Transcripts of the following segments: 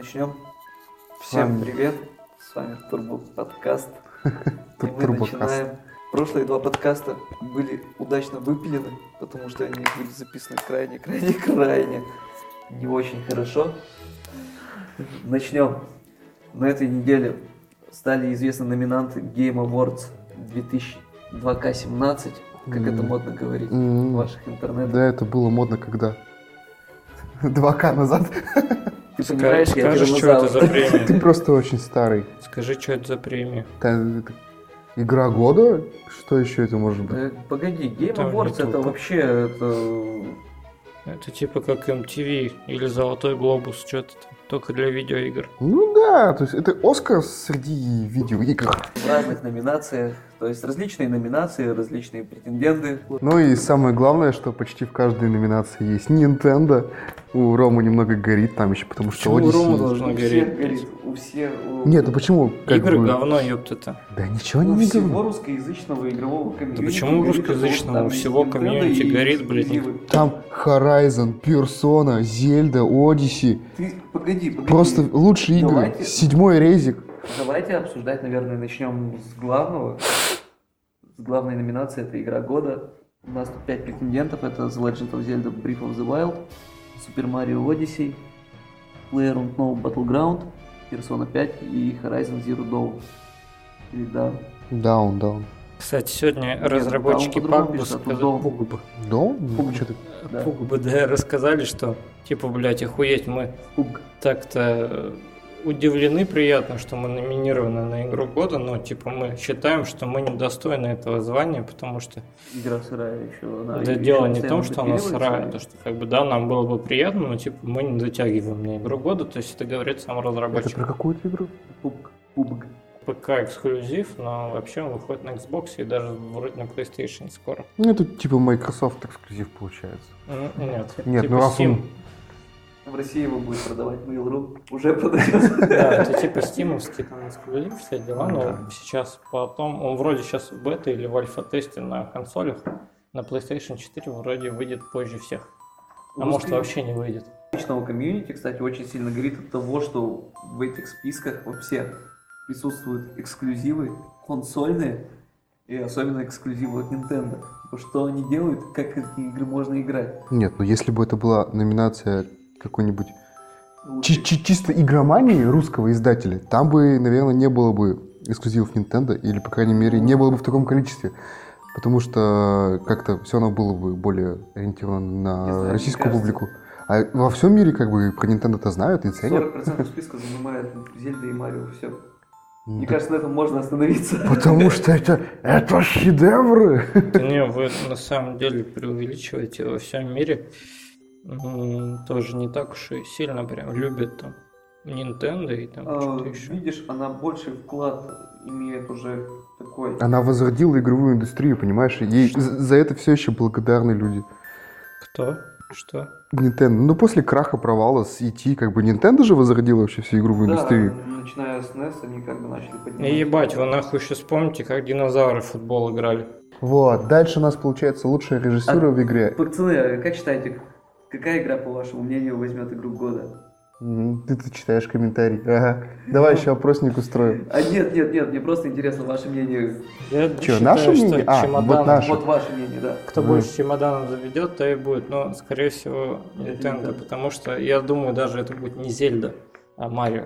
начнем. Всем привет, с вами Турбо подкаст. И мы начинаем. Прошлые два подкаста были удачно выпилены, потому что они были записаны крайне не очень хорошо. Начнем. На этой неделе стали известны номинанты Game Awards 2002К17, как это модно говорить в ваших интернетах. Да, это было модно когда? 2К назад. Ты понимаешь, скажешь, что это за премия? Ты просто очень старый. Скажи, что это за премия? Игра года? Что еще это может быть? Погоди, Game Awards это вообще... Это типа как MTV или Золотой Глобус, что-то там, только для видеоигр. Ну да, то есть это Оскар среди видеоигр. В разных номинациях, то есть различные номинации, различные претенденты. Ну и самое главное, что почти в каждой номинации есть Nintendo. У Ромы немного горит там еще, потому что Почему у Ромы Odyssey... должно гореть? У всех... Нет, ну почему? Игры говно, ёпта-то. Да ничего У не всего говно. русскоязычного игрового комьюнити. Да почему русскоязычного? У всего комьюнити горит, блядь. Там Horizon, Persona, Zelda, Odyssey. Ты, погоди. Просто лучшие игры. Давайте. 7-й резик. Давайте обсуждать, наверное, начнем с главного. С главной номинации, это игра года. У нас тут 5 претендентов. Это The Legend of Zelda Breath of the Wild, Super Mario Odyssey, PlayerUnknown's Battleground, Persona 5 и Horizon Zero Dawn. Или Dawn. Down. Кстати, сегодня Нет, разработчики Dawn по-другому PUBG пишут, а сказали, тут PUBG. Down? Что ты? Да. PUBG, да, рассказали, что типа, блядь, охуеть, мы PUBG. так-то удивлены, приятно, что мы номинированы на игру года, но типа мы считаем, что мы недостойны этого звания, потому что Игра сырая еще. Она да, еще дело не в постоянно том, что она допиливается. сырая, то что как бы да, нам было бы приятно, но типа мы не дотягиваем на игру года, то есть это говорит сам Это разработчик. про какую-то игру? PUBG. ПК эксклюзив, но вообще он выходит на Xbox и даже вроде на PlayStation скоро. Ну, это типа Microsoft эксклюзив получается. Нет, Нет, типа ну раз Steam. он... В России его будет продавать Mail.ru. Уже продается. Да, это типа стимовский там эксклюзив, все дела, но Да. сейчас потом, он вроде сейчас в бета или в альфа-тесте на консолях, на PlayStation 4 вроде выйдет позже всех. А может вообще не выйдет. Личного комьюнити, кстати, очень сильно горит от того, что в этих списках вообще присутствуют эксклюзивы консольные и особенно эксклюзивы от Nintendo. Что они делают, как эти игры можно играть. Нет, ну если бы это была номинация какой-нибудь чисто игромании русского издателя, там бы, наверное, не было бы эксклюзивов Nintendo, или, по крайней мере, не было бы в таком количестве. Потому что как-то все равно было бы более ориентировано Не на знаю, российскую мне кажется, публику. А во всем мире как бы про Nintendo-то знают и ценят. 40% списка занимает Зельда и Марио. Все. Ну, Мне так кажется, на этом можно остановиться. Потому что это шедевры. Да не, вы на самом деле преувеличиваете. Во всем мире тоже не так уж и сильно прям любят там Nintendo и там что-то еще. Видишь, она больший вклад имеет уже такой. Она возродила игровую индустрию, понимаешь? Ей за это все еще благодарны люди. Кто? Что? Nintendo. Ну, после краха провала с E.T., как бы Nintendo же возродила вообще всю игровую индустрию. Да, начиная с NES, они как бы начали поднимать. И ебать, вы нахуй еще вспомните, как динозавры в футбол играли. Вот. Дальше у нас получается лучшая режиссура в игре. Пацаны, как считаете, какая игра, по вашему мнению, возьмет игру года? Ты читаешь комментарий. Ага. Давай еще опросник устроим. Нет, мне просто интересно ваше мнение. Я Чё, считаю, наше что мнение? А, чемодан, вот наше. Вот ваше мнение, да. кто больше чемоданов заведет, то и будет. Но, скорее всего, Nintendo, потому что я думаю, даже это будет не Зельда, а Марио.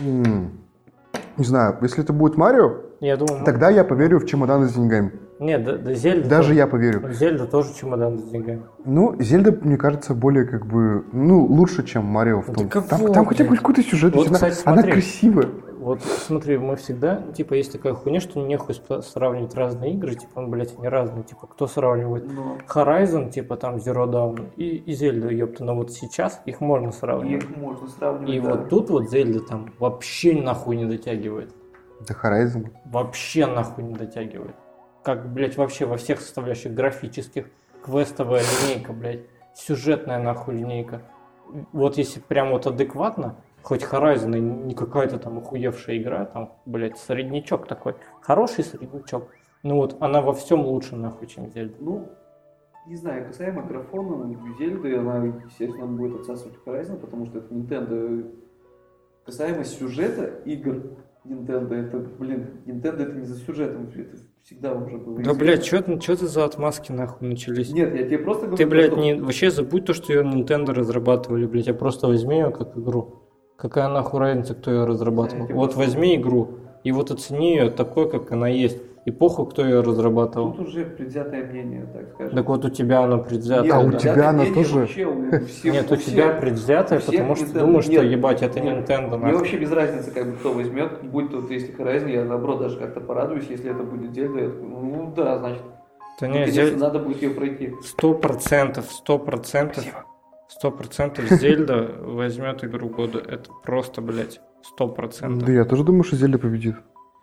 Не знаю, если это будет Марио, Я думаю, тогда я поверю в чемоданы с деньгами. нет, да Зельда. Даже тоже, я поверю. Зельда тоже чемодан с деньгами. Ну, Зельда, мне кажется, более как бы, ну, лучше, чем Марио в Да том. кого, Там хотя бы блядь? какой-то сюжет, Вот, она, кстати, она смотри. красивая. Вот смотри, мы всегда, типа, есть такая хуйня, что нехуй сравнивать разные игры, типа, блядь, они разные, типа, кто сравнивает Но Horizon, типа, там, Zero Dawn и Зельду, ёпта, но вот сейчас их можно сравнивать. их можно сравнивать. И да. вот тут вот Зельда там вообще нахуй не дотягивает. Это Horizon. Вообще нахуй не дотягивает. Как, блядь, вообще во всех составляющих графических, квестовая линейка, блядь, сюжетная нахуй линейка. Вот если прям вот адекватно, хоть Horizon и не какая-то там охуевшая игра, там, блядь, среднячок такой, хороший среднячок. Ну вот она во всем лучше нахуй, чем Зельда. Ну, не знаю, касаемо графона, Зельды, она, естественно, будет отсасывать Horizon, потому что это Nintendo Касаемо сюжета игр Nintendo, это, Nintendo это не за сюжетом, это всегда уже было. Да, блядь, что ты за отмазки нахуй начались? Нет, я тебе просто говорю... Ты, блядь, что... вообще забудь то, что ее Nintendo разрабатывали, блядь, а просто возьми ее как игру. Какая нахуй разница, кто ее разрабатывал? Да, Вот возьми игру и вот оцени ее такой, как она есть. И похуй, кто ее разрабатывал. Тут уже предвзятое мнение, так скажем. Так вот у тебя оно предвзятое. Нет, А у да? тебя оно мнение тоже- вообще у всех- Нет, у у тебя всех- предвзятое, у всех потому что ты Nintendo- думаешь, что нет, ебать, это нет. Nintendo. Мне нахуй. вообще без разницы, как бы кто возьмет, будь тут, если Horizon, я наоборот даже как-то порадуюсь, если это будет Зельда, я такой, ну да, значит, Да не, наконец-то надо будет ее пройти. 100%, Спасибо. 100% Зельда возьмет игру года. Это просто, блядь, 100%. Да я тоже думаю, что Зельда победит.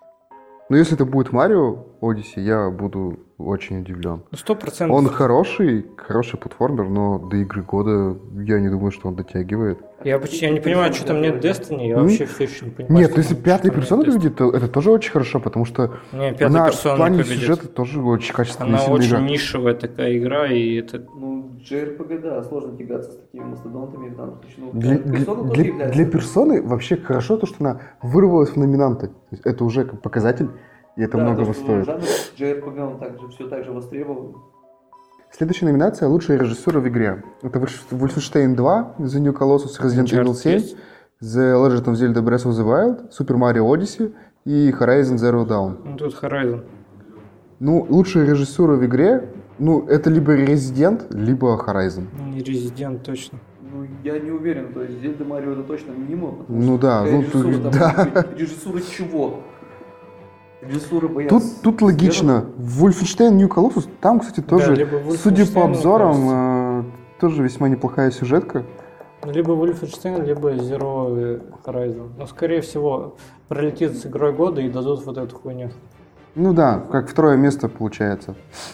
Но если это будет Марио Одиссе, я буду очень удивлен. 100%. Он хороший платформер, но до игры года я не думаю, что он дотягивает. Я не понимаю, что там нет Destiny, я вообще все еще не понимаю. Нет, что если там- пятая что там персона нет Destiny. победит, то это тоже очень хорошо, потому что Не, пятая она в персона не плане победит. сюжета тоже очень качественная Она и сильная очень игра. нишевая такая игра, и это... Ну, JRPG, да, сложно тягаться с такими мастодонтами в данном случае. Ну, Для, Persona тоже для- является для такой. персоны вообще хорошо то, что она вырвалась в номинанты. То есть это уже как показатель, и это Да, многого то, что стоит. жанр JRPG, он также, все так же востребован. Следующая номинация — лучший режиссер в игре. Это Wolfenstein 2, The New Colossus, Resident Evil 7, The Legend of Zelda Breath of the Wild, Super Mario Odyssey и Horizon Zero Dawn. Ну, тут Horizon. Ну, лучшие режиссеры в игре, ну, это либо Resident, либо Horizon. Не Резидент, точно. Ну, я не уверен, то есть Зельда Марио это точно мимо. потому Ну что да, какая ну, режиссура тут- там да. может быть? Режиссура чего? Режиссура боятся. Тут логично. Wolfenstein New Colossus, там, кстати, тоже, либо судя по Wolfenstein, мне обзорам, тоже весьма неплохая сюжетка. Ну, либо Wolfenstein, либо Zero Horizon. Но, скорее всего, пролетит с игрой года и дадут вот эту хуйню. Ну да, как второе место получается.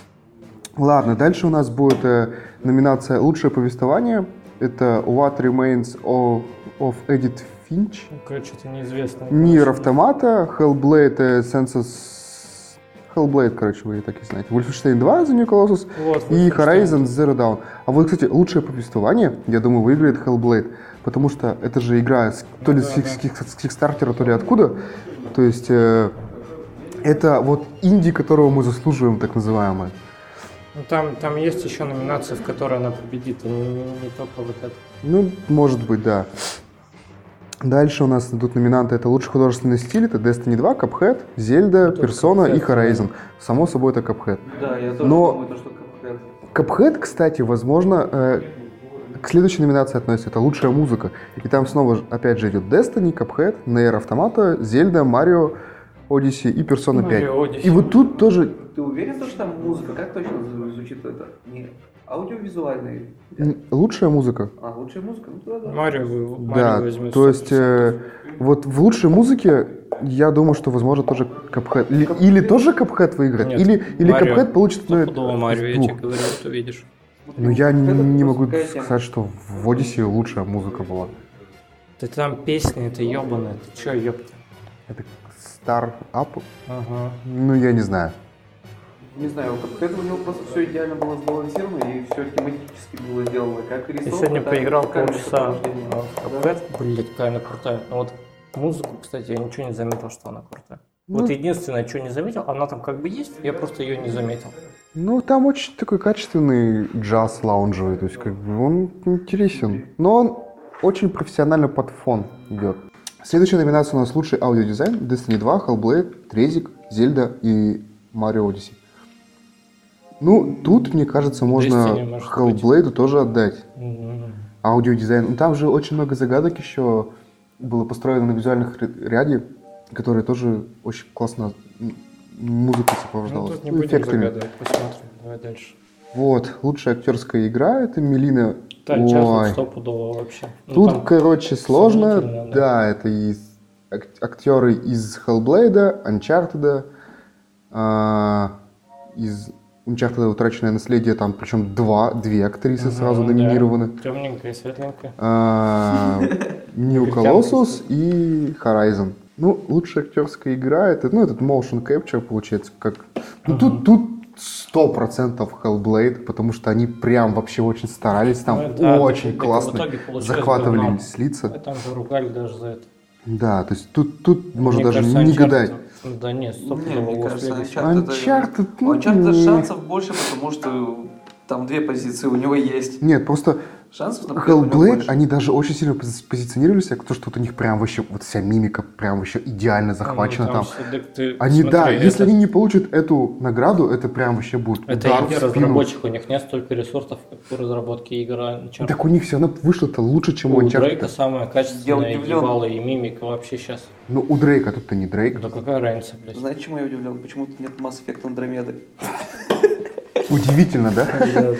Ладно, дальше у нас будет номинация «Лучшее повествование». Это What Remains of Edith Finch, Ну, короче, это неизвестно. Nier Automata, Hellblade Senses... Hellblade, короче, вы и так и знаете. Wolfenstein 2, The New Colossus Вот, и Wolfenstein. Horizon Zero Dawn. А вот, кстати, лучшее повествование, я думаю, выиграет Hellblade, потому что это же игра то ли с Kickstarter, то ли откуда. То есть это вот инди, которого мы заслуживаем, так называемое. Ну, там есть еще номинация, в которой она победит, а не только вот это. Ну, может быть, да. Дальше у нас идут номинанты. Это лучший художественный стиль. Это Destiny 2, Cuphead, Zelda, Это Persona и Cuphead, Horizon. Само собой, это Cuphead. Да, я тоже Но- думаю, то, что Cuphead. Cuphead, кстати, возможно, к следующей номинации относится. Это лучшая музыка. И там снова, опять же, идет Destiny, Cuphead, Nier Automata, Zelda, Mario Odyssey и Persona 5. Mario Odyssey. И вот тут тоже Ты уверен, что там музыка? Как точно звучит это? Не аудиовизуальный? лучшая музыка. А, лучшая музыка? Ну да, да. Марио Да, возьмет. то есть 100%. вот в лучшей музыке я думаю, что возможно тоже Cuphead. Или тоже Cuphead выиграет, Нет, или Марио. Cuphead получит Стопудово Марио, я двух. тебе говорю, что видишь. Но я Это не просто могу такая тема. сказать, что в Odyssey лучшая музыка была. Да там песни, это ебаное, ты чё, ёпта? Это Star Up? Ага. Ну, я не знаю. Не знаю, у Cuphead у него просто все идеально было сбалансировано и все тематически было сделано. Как Я рисовка, сегодня так и поиграл музыкальное полчаса сопровождение. в Cuphead. Блять, какая она крутая. Ну вот музыку, кстати, я ничего не заметил, что она крутая. Ну, Вот единственное, что не заметил, она там как бы есть, я просто ее не заметил. Ну, там очень такой качественный джаз лаунжевый, то есть как бы он интересен. Но он очень профессионально под фон идет. Следующая номинация у нас лучший аудиодизайн. Destiny 2, Hellblade, Резик, Зельда и Mario Odyssey. Ну, тут, мне кажется, можно Destiny, может Hellblade тоже отдать. Мгм. Аудиодизайн. Ну, там же очень много загадок еще было построено на визуальных ряде, которые тоже очень классно музыкой Ну сопровождалась. тут не Ну, будем эффектами. загадывать, посмотрим. Давай дальше. Вот, лучшая актерская игра — это Мелина. Да, сейчас вот Ой. стопудово вообще. Ну, Тут, там короче, сложно. сомнительно, да. Да, это актеры из Hellblade, Uncharted, из Uncharted «Утраченное наследие», там причем две актрисы сразу да. номинированы. Темненькая, светленькая. New Colossus и Horizon. Ну, лучшая актерская игра — это, ну, этот motion capture, получается, как... Ну, тут 100% Hellblade, потому что они прям вообще очень старались, там Ну, да, очень так в классно итоге получилось захватывали говном. лица. Там же ругали даже за это. Да, то есть тут можно Мне даже кажется, не Uncharted- гадать. Да нет, Не, стопудово мне Lost кажется, Legacy. Uncharted, У ну, Uncharted не. шансов больше, потому что там две позиции у него есть. Нет, просто Шансов на победу у него Hellblade, больше. они даже очень сильно позиционировали себя, то, что вот у них прям вообще вот вся мимика прям вообще идеально захвачена там. Они, да, если они не получат эту награду, это прям вообще будет Это удар в инди спину. разработчик, у них нет столько ресурсов, как по разработке игр Uncharted. Так у них все равно вышло-то лучше, чем у У Дрейка Uncharted. самая Я качественная удивлен. ебала и мимика вообще сейчас. Ну, у Дрейка тут-то не Дрейк. Да какая разница, блядь. Знаете, чему я удивлен? Почему тут нет Mass Effect Andromeda? Удивительно, да?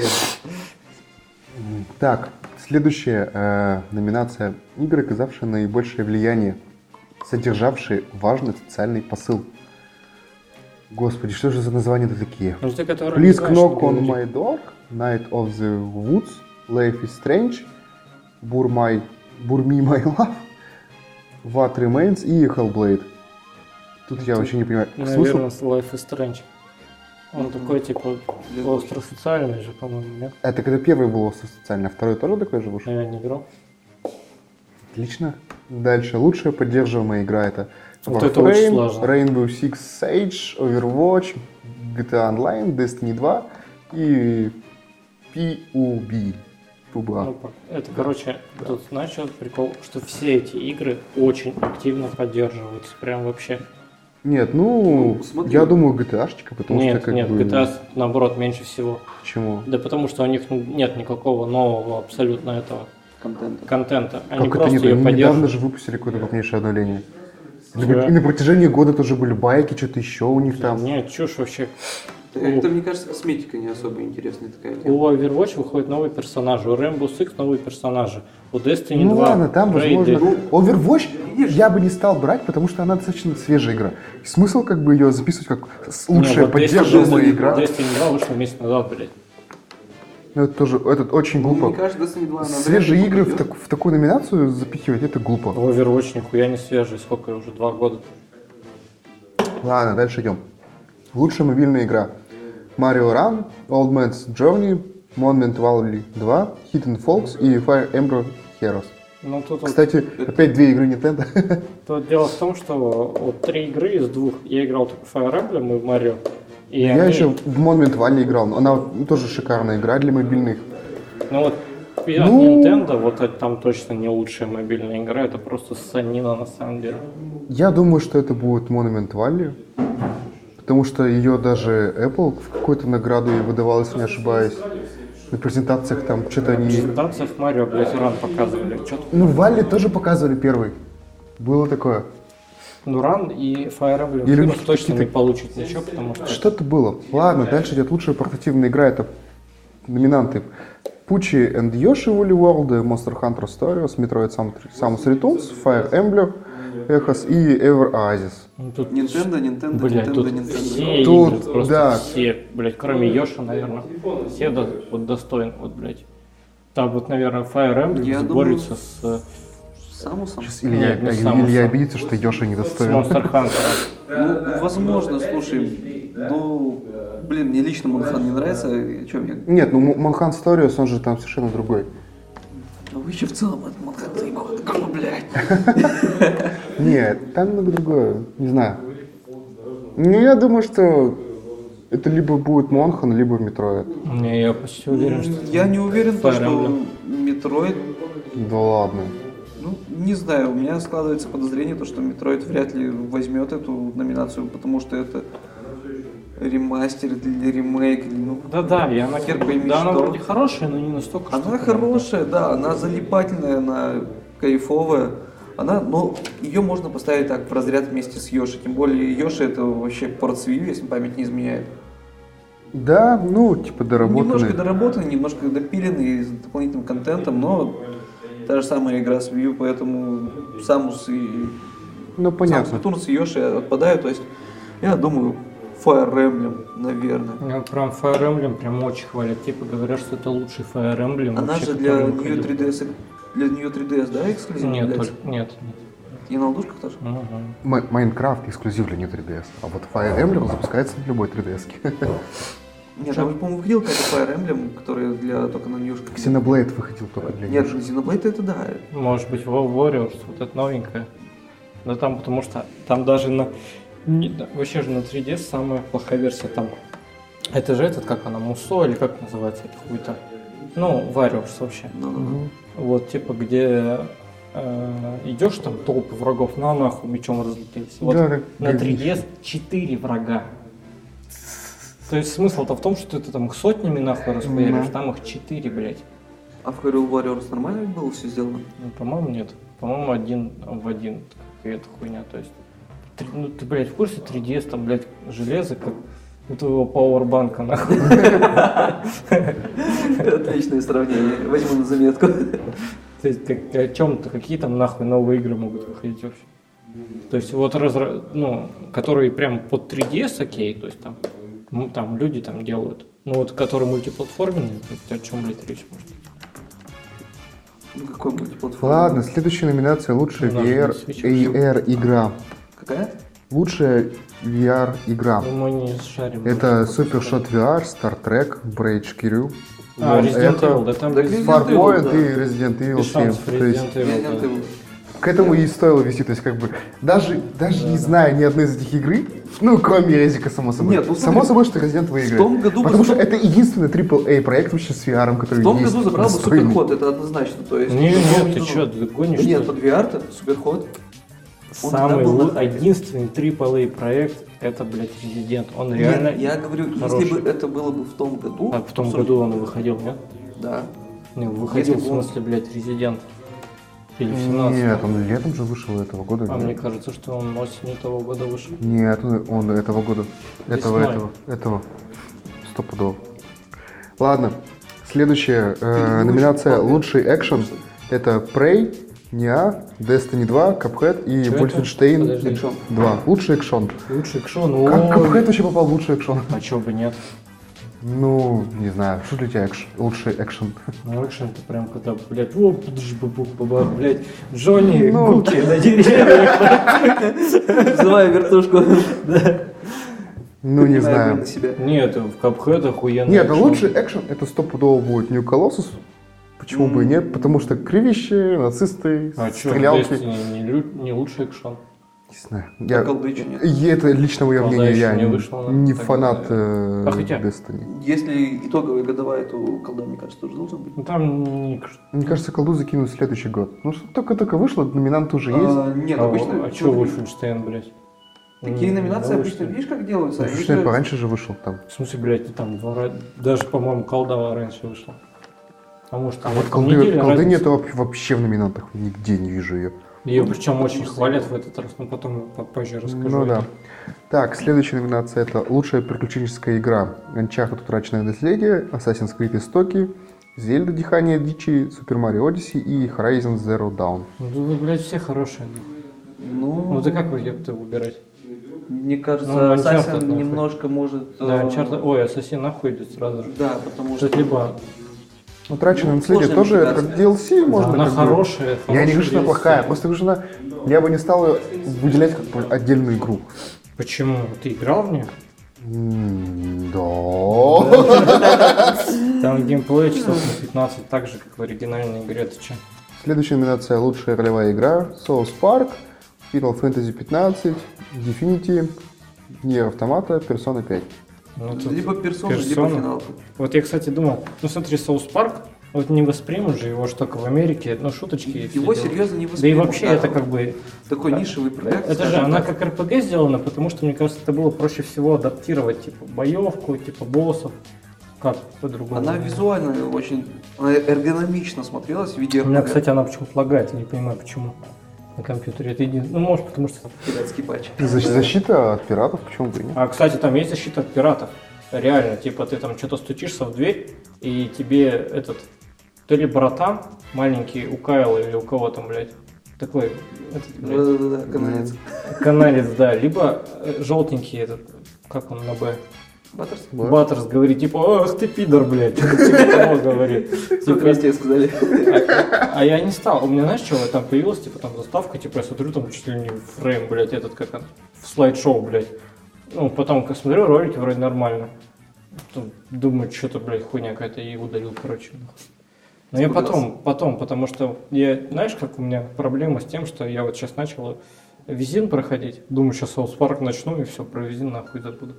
Так, следующая номинация. Игры, оказавшие наибольшее влияние, содержавшие важный социальный посыл. Господи, что же за названия-то такие? Ну ты которые Please не знаешь, knock не on говори. my door, Night of the Woods, Life is Strange, Burme My Love, What Remains и Hellblade. Тут я вообще не понимаю. Смысл? Наверное, Life is Strange. Он такой, типа, остросоциальный же, по-моему, нет? Это когда первый был социально, а второй тоже такой же вышел? Я не играл. Отлично. Дальше. Лучшая поддерживаемая игра это Вот это очень сложно. Rainbow Six Siege, Overwatch, GTA Online, Destiny 2 и PUBG. Ну, это, короче, тут, знаешь, что прикол, что все эти игры очень активно поддерживаются, прям вообще. Нет, Ну, смотри. я думаю, GTA-шечка, потому Нет, что как нет, бы... GTA, наоборот, меньше всего. Почему? Да потому что у них нет никакого нового абсолютно этого Контент. контента. Они Как это просто нет? ее Они недавно поддерживают. же выпустили какое-то крупнейшее обновление. Да. И на протяжении года тоже были байки, что-то еще у них там. Нет, чушь вообще. Это, мне кажется, косметика не особо интересная такая тема. У Overwatch выходят новые персонажи, у Rainbow Six новые персонажи, у Destiny Ну 2 ладно, там, рейды. возможно... Overwatch я бы не стал брать, потому что она достаточно свежая игра. И смысл как бы ее записывать как лучшая Не, вот поддерживаемая игра. Destiny 2 вышла месяц назад, блядь. Ну, это тоже очень Ну, глупо. мне кажется, Destiny 2 она Свежие вряд ли игры попадет. в такую номинацию запихивать, это глупо. Overwatch нихуя не свежий, сколько уже, 2 года. Ладно, дальше идем. Лучшая мобильная игра. Mario Run, Old Man's Journey, Monument Valley 2, Hidden Folks и Fire Emblem Heroes. Ну, тут, Кстати, опять две игры Nintendo. тут дело в том, что вот 3 игры из 2, я играл только в Fire Emblem и в Mario. И Я они- еще в Monument Valley играл, но она тоже шикарная игра для мобильных. Ну вот от Nintendo, вот это там точно не лучшая мобильная игра, это просто ссанина на самом деле. Я думаю, что это будет Monument Valley, потому что ее даже Apple в какую-то награду ей выдавала, если не ошибаюсь. На презентациях там что-то В они... презентациях Mario, блядь, ран показывали. Что-то. Ну, Валли тоже показывали первый. Было такое. Ну, ран и Fire Emblem Или Heroes точно какие-то- не получат ничего, потому что... Что-то было. Ладно, дальше идет лучшая портативная игра. Это номинанты. Pucci and Yoshi Woolly World, Monster Hunter Stories, Metroid Samus Returns, Fire Emblem, Echoes и Ever Oasis. Ну, тут, Nintendo, блядь, тут Nintendo. все Тут, игры, просто да. все, блядь, кроме Йоши, наверное, все вот достойны, вот, блядь. Там вот, наверное, Fire Emblem Я борется с Самусом? Сейчас Илья, Нет, не Samus. Илья обидится, что Йоши не с достоин. Monster Hunter. Ну, возможно, слушай, ну, блин, мне лично Монхан не нравится, о чем я... Нет, ну Monhan Stories, он же там совершенно другой. Ну, вы еще в целом от Монхан заебал, блядь. Нет, там немного другое. Не знаю. Ну, я думаю, что это либо будет Монхан, либо Метроид. Не, я почти уверен, что... Я не уверен, Fire что Emblem. Метроид, Да ладно. ну, не знаю, у меня складывается подозрение, то, что Метроид вряд ли возьмет эту номинацию, потому что это ремастер или ремейк, или, ну, Да-да, и она, Хер пойми, да, она что. вроде хорошая, но не настолько, что... она хорошая, да, она залипательная, она кайфовая. Она, но ее можно поставить так в разряд вместе с Йоши. Тем более Йоши это вообще порт с Wii U, если память не изменяет. Да, ну, типа доработанный. Немножко доработанный, немножко допиленный с дополнительным контентом, но та же самая игра с Wii U, поэтому Самус и Ну, понятно. Samus Returns и Йоши отпадают. То есть я думаю, Fire Emblem, наверное. Меня прям Fire Emblem прям очень хвалят. Типа говорят, что это лучший Fire Emblem. Она вообще, же для который нее выходил. 3DS, для нее 3DS, да, эксклюзивно Нет, является? только, нет. И на ладушках тоже? Мгм. Майнкрафт эксклюзив для не 3DS, а вот Fire Emblem запускается в любой 3DS. Нет, там, по-моему, выходил какой-то Fire Emblem, который для только на ньюшках. Xenoblade выходил только для Нет, нее. Xenoblade это да. Может быть, Warriors, вот это новенькое. Да там, потому что там даже вообще же на 3DS самая плохая версия там. Это же этот, как она, Мусо или как называется, это хуй-то. Ну, Warriors вообще. Вот, типа, где идешь, там толпы врагов, нахуй мечом разлетелись. Вот Да, на 3DS 4 врага. То есть смысл-то в том, что ты там их сотнями нахуй расхуяришь, там их 4, блядь. А в Hyrule Warriors нормально было все сделано? Ну, по-моему, нет. По-моему, 1 в 1 какая-то хуйня, то есть. Ну, ты, блядь, в курсе 3DS, там, блядь, железо, как у твоего пауэрбанка, нахуй. Отличное сравнение, возьму на заметку. То есть, о чем-то, какие там нахуй новые игры могут выходить вообще? То есть, вот, которые прям под 3DS окей, то есть, там люди там делают. Ну, вот, которые мультиплатформенные, о чем, блядь, речь может быть? Ну, какой мультиплатформ? Ладно, следующая номинация лучшая Ну, VR игра. Какая? Лучшая VR игра. Ну, мы не шарим. Это Super Shot VR, Star Trek, Bridge Crew, Resident Evil, да там Да, без Resident Farpoint Evil, да. и Resident Evil без 7. шансов То есть Resident Evil, Resident да. Evil. к этому и стоило вести. То есть как бы даже не зная ни одной из этих игры, ну кроме Резика, само собой. Нет, ну, само смотри, собой, что Resident выиграет. том году Потому что бы- это единственный AAA проект вообще с VR, который В том есть. году забрал бы достойный. Суперход, это однозначно. То есть, Нет, в том ты году- что, ты гонишь? Нет, что под ли? VR-то Суперход. Он Самый тогда был на хайпе. единственный AAA проект, это, блядь, Resident. Он реально... Нет, я говорю, хороший. если бы это было бы в том году... А в том году он выходил, нет? Да. Не, выходил, в Если бы он- смысле, блядь, Resident. Или в 17. Нет, он летом же вышел этого года. А нет? мне кажется, что он осенью того года вышел. Нет, он этого года. Весной. Этого. Стопудово. Ладно. Следующая не номинация вышел, лучший экшен. Это Prey, Nia, Destiny 2, Cuphead и Чё это? Wolfenstein Подожди. Экшон. 2. Лучший экшен. Лучший экшон, Как ой. Cuphead вообще попал в лучший экшен? А чё бы нет? Ну, не знаю, что для тебя лучший экшен? Ну, экшен это прям когда, блядь, блядь, Джонни Ну. Гуки на деревьях. Взрываю вертушку. Ну, не Принимаю знаю. боль на себя. Нет, в Cuphead охуенно. Нет, ну лучший экшен это стопудово будет New Colossus. Почему бы и нет? Потому что кривище, нацисты, А чё, стрелялки. не лучший экшен. Не знаю. А колды ещё нет. И это лично мое Колда мнение, ещё я не вышла, да? не Так, фанат А хотя? Destiny. Если итоговая годовая, то колда, мне кажется, тоже должна быть. Ну там не... Мне кажется, колду закинут в следующий год. Ну, что только вышло, номинант уже есть. Нет, обычно... А чё Wolfenstein, блядь? Такие номинации Да, обычно, видишь, как делаются? Они Wolfenstein же- пораньше же вышел там. В смысле, блядь, там даже, по-моему, колда раньше вышла. А может, А там вот неделя колды разница? нету вообще в номинантах. Нигде не вижу ее. Ее причем очень хвалят в этот раз, но потом попозже расскажу. Ну да. Так, следующая номинация это лучшая приключенческая игра. Uncharted Утраченное наследие, Assassin's Creed Истоки, Зельда Дыхание Дичи, Super Mario Odyssey и Horizon Zero Dawn. Ну, вы, блядь, все хорошие. Ну, Ну, ты как вы ёпта выбирать? мне кажется, Ну, Uncharted, Assassin нахуй. немножко может... Да, Uncharted... Ой, Ассасин нахуй идет сразу же. Да, потому Что что... либо Утраченное Ну, наследие сложная тоже это как мотивация. DLC, можно она как бы- хорошая. Я не хорошая говорю, что она DLC. плохая, просто говорю, что она... Я бы не стал ее выделять как бы отдельную игру. Почему? Ты играл в нее? Да. Там геймплей часов на 15, так же, как в оригинальной игре. Ты че? Следующая номинация лучшая ролевая игра. Souls Park, Final Fantasy 15, Divinity, Nier Automata, Persona 5. Ну, тут Либо персона, либо Persona. финалка. Вот я, кстати, думал, ну смотри, Соус Парк, вот не воспримут же его ж только в Америке, ну шуточки и всё Его дела. серьезно не Да и воспримут. вообще да. это как бы, Такой нишевый проект. это же скажем она так. как РПГ сделана, потому что, мне кажется, это было проще всего адаптировать, типа, боевку, типа, боссов, как по-другому. Она визуально очень... Она эргономично смотрелась в виде У меня, RPG. кстати, она почему-то лагает, я не понимаю, почему на компьютере. Это единственное, ну, может, потому что... Пиратский патч. Защита от пиратов, почему бы и нет? А, кстати, там есть защита от пиратов. Реально, типа, ты там что-то стучишься в дверь, и тебе этот, то ли братан маленький у Кайла или у кого там, блядь, такой, этот, блядь, Да-да-да, канадец. каналец, да, либо желтенький этот, как он на Б, Баттерс? Баттерс говорит, типа, ах ты пидор, блядь, что-то типа того говорит. Сколько Типа, раз тебе сказали? а я не стал, у меня, знаешь, что, там появилась, типа, там заставка, типа, я смотрю, там чуть ли не фрейм, блядь, этот, как он, в слайд-шоу, блядь. Ну, потом, как смотрю, ролики вроде нормально. Потом думаю, что-то, блядь, хуйня какая-то, и удалил, короче. Но я Сколько потом, потому что я, знаешь, как у меня проблема с тем, что я вот сейчас начал Визин проходить. Думаю, сейчас South Park начну и все, про Визин нахуй забуду.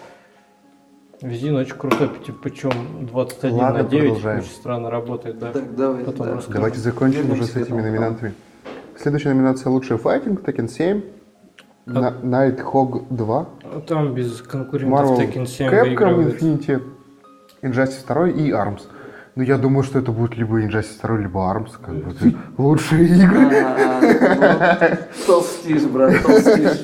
Визин очень крутой, причем 21 Ладно, на 9 продолжаем. очень странно работает, да. Так, давай. Потом да. расскажу. Давайте закончим уже Вернемся с к этими этому. номинантами. Следующая номинация «Лучший файтинг», Tekken 7, Nighthawk 2, Там без конкурентов Marvel Tekken 7 Capcom выигрывает. Infinity, Injustice 2 и ARMS. Ну, я думаю, что это будет либо Injustice 2, либо ARMS, как бы это лучшие игры. Толстишь, брат, толстишь.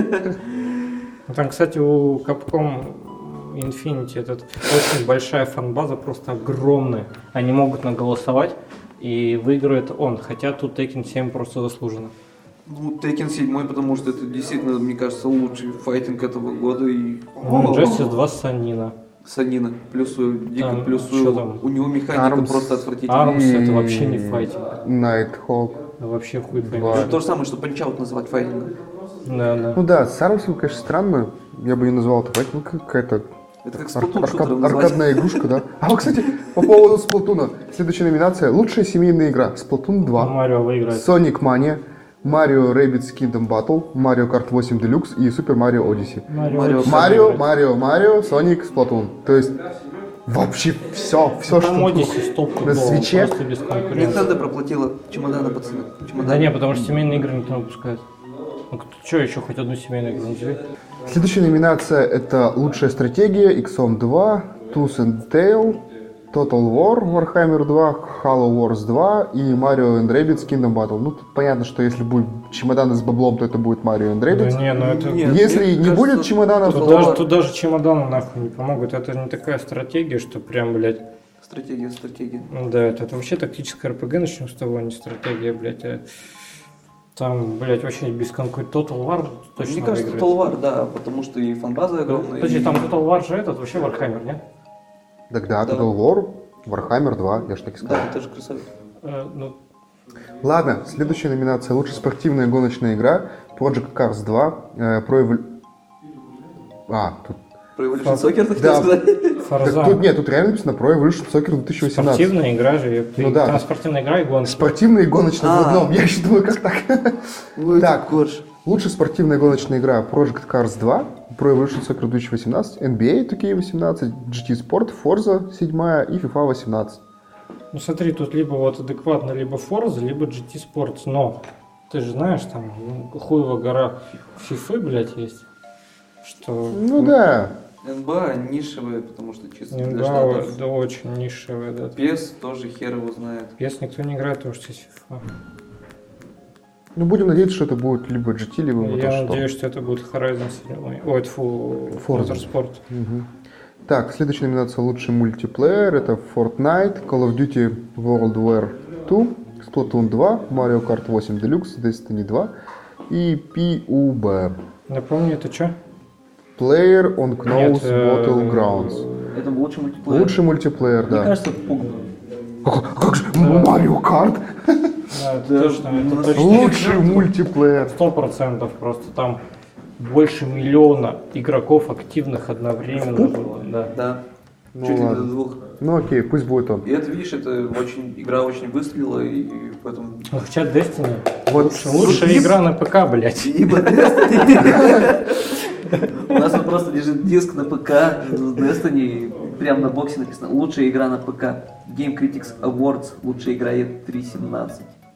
Там, кстати, у Capcom Infinity этот очень большая фан-база, просто огромная. Они могут наголосовать и выиграет он, хотя тут Tekken 7 просто заслуженно. Ну, Tekken 7, потому что это действительно, мне кажется, лучший файтинг этого года. И... Injustice 2 Санина. Санина. Плюсую, дико Там, плюсую. что там? У него механика Arms. просто отвратительная. Армс это И- вообще не файтинг. Nighthawk. Это вообще хуй Два. поймешь. Это то же самое, что Punch-Out называть файтингом. Да, да. Ну да, с ARMS, конечно, странно. Я бы не назвал это файтинг, ну какая-то Это как Splatoon шутером назвать. аркадная игрушка, да? А вот, кстати, по поводу Сплатуна. Следующая номинация «Лучшая семейная игра». Splatoon 2, Марио выиграет. Sonic Mania, Mario Rabbids Kingdom Battle, Mario Kart 8 Deluxe и Super Mario Odyssey. Марио, Sonic, Splatoon. То есть вообще все, Там что Odyssey стоп на свитче. просто без конкуренции. Nintendo проплатила чемоданы, пацаны. Да Чемоданы. не, потому что семейные игры никто не выпускает. Ну что еще хоть одну семейную игру назови? Следующая номинация это «Лучшая стратегия», XCOM 2, Tooth and Tail, Total War, Warhammer 2, Halo Wars 2 и Mario and Rabbids Kingdom Battle. Ну, тут понятно, что если будет чемоданы с баблом, то это будет Mario and Да Rabbids. не, ну это... Нет, Если мне не кажется, будет чемоданов, Тут Total даже, War. тут даже чемоданы нахуй не помогут. Это не такая стратегия, что прям, блядь... Стратегия. Да, это вообще тактическая РПГ, начнем с того, а не стратегия, блядь. Там, блядь, вообще без конкуренции. Total War точно Мне кажется, выиграет. Total War, да, потому что и фан-база огромная. Подожди, и- там Total War же этот, вообще Warhammer, нет? Тогда Да. Total War, Warhammer 2, я же так и сказал. Да, это же красавец. Ну, Ладно, следующая номинация «Лучшая спортивная гоночная игра», Project Cars 2, тут Про Evolution Soccer, так Да. сказать. Forza. тут нет, тут реально написано Pro Evolution Soccer 2018. Спортивная игра же. ёпта. Ну да. Там спортивная игра и гонка. Спортивная и гоночная в А. одном. Я еще думаю, как так? Ой, Так. ты корж. Лучшая спортивная гоночная игра Project Cars 2, Pro Evolution Soccer 2018, NBA 2K18, GT Sport, Forza 7 и FIFA 18. Ну смотри, тут либо вот адекватно, либо Forza, либо GT Sports. Но ты же знаешь, там хуева гора FIFA, блядь, есть. Что... Ну да. НБА нишевые, потому что чисто для Да, штатов. да, очень нишевая, да. PES тоже хер его знает. PS никто не играет, потому что есть FIFA. Ну будем надеяться, что это будет либо GT, либо вот Я что. надеюсь, что это будет Horizon 7. Ой, тьфу, Forza. Motorsport. Мгм. Так, следующая номинация «Лучший мультиплеер» это Fortnite, Call of Duty World War 2, Splatoon 2, Mario Kart 8 Deluxe, Destiny 2 и PUB. Напомни, это что? Player on Knowles Нет, Battlegrounds. Это лучший мультиплеер. Лучший мультиплеер, Мне да. кажется, Пуг. Как же Mario Kart? Да, это точно, это ну, точно. Лучший мультиплеер. 100% просто там больше миллиона игроков активных одновременно было, да. Да. Ну Чуть ли ладно. до 2. Ну окей, пусть будет он. И это, видишь, это игра очень выстрелила, и поэтому... Ну, хотя Destiny Вот лучшая игра на ПК, блядь. Ибо Destiny. У нас вот просто лежит диск на ПК с Destiny, прям на боксе написано «Лучшая игра на ПК». Game Critics Awards, лучшая игра E3-17.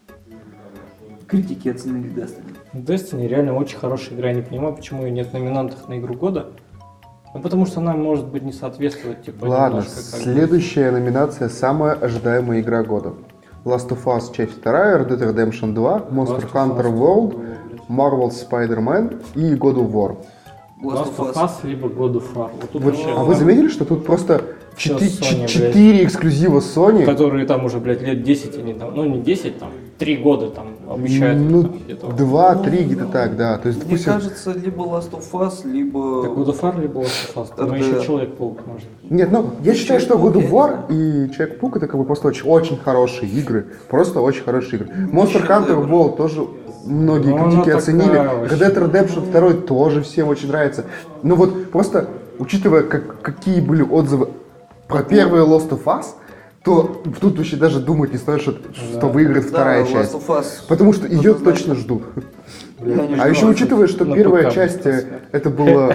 Критики оценили Destiny. Destiny реально очень хорошая игра. Я не понимаю, почему ее нет в номинантах на игру года. Ну, потому что она может быть не соответствует, типа, Ладно, немножко как бы. следующая номинация «Самая ожидаемая игра года». Last of Us часть 2, Red Dead Redemption 2, Monster Last of Hunter Us, World, Marvel Spider-Man и God of War. Last of Us либо God of War. Вот тут Вот, вообще, а вы заметили, что тут просто Всё четы- Sony, блядь. 4 эксклюзива Sony? которые там уже, блядь, лет 10 они там, ну не 10, там 3 года там обещают. Ну, там, где-то. 2-3 где-то так, да. То есть, Мне допустим, кажется, либо Last of Us, Так либо... God of War либо Last of Us. Ну RDR. еще Человек-паук может. нет, ну, я считаю, что God of Человек-паук, War и Человек-паук это как бы просто очень хорошие игры. Просто очень хорошие игры. Monster Hunter шедевр. World тоже многие Ну, она критики такая оценили. вообще. Red Dead Redemption 2 тоже всем очень нравится. Ну вот просто, учитывая, какие были отзывы про первые Last of Us, то тут вообще даже думать не стоит, что выиграет Да, вторая Last часть. of Us. Потому что ее Однозначно. точно ждут. Я не А ждал. еще учитывая, что На первая ПК часть, будет это было,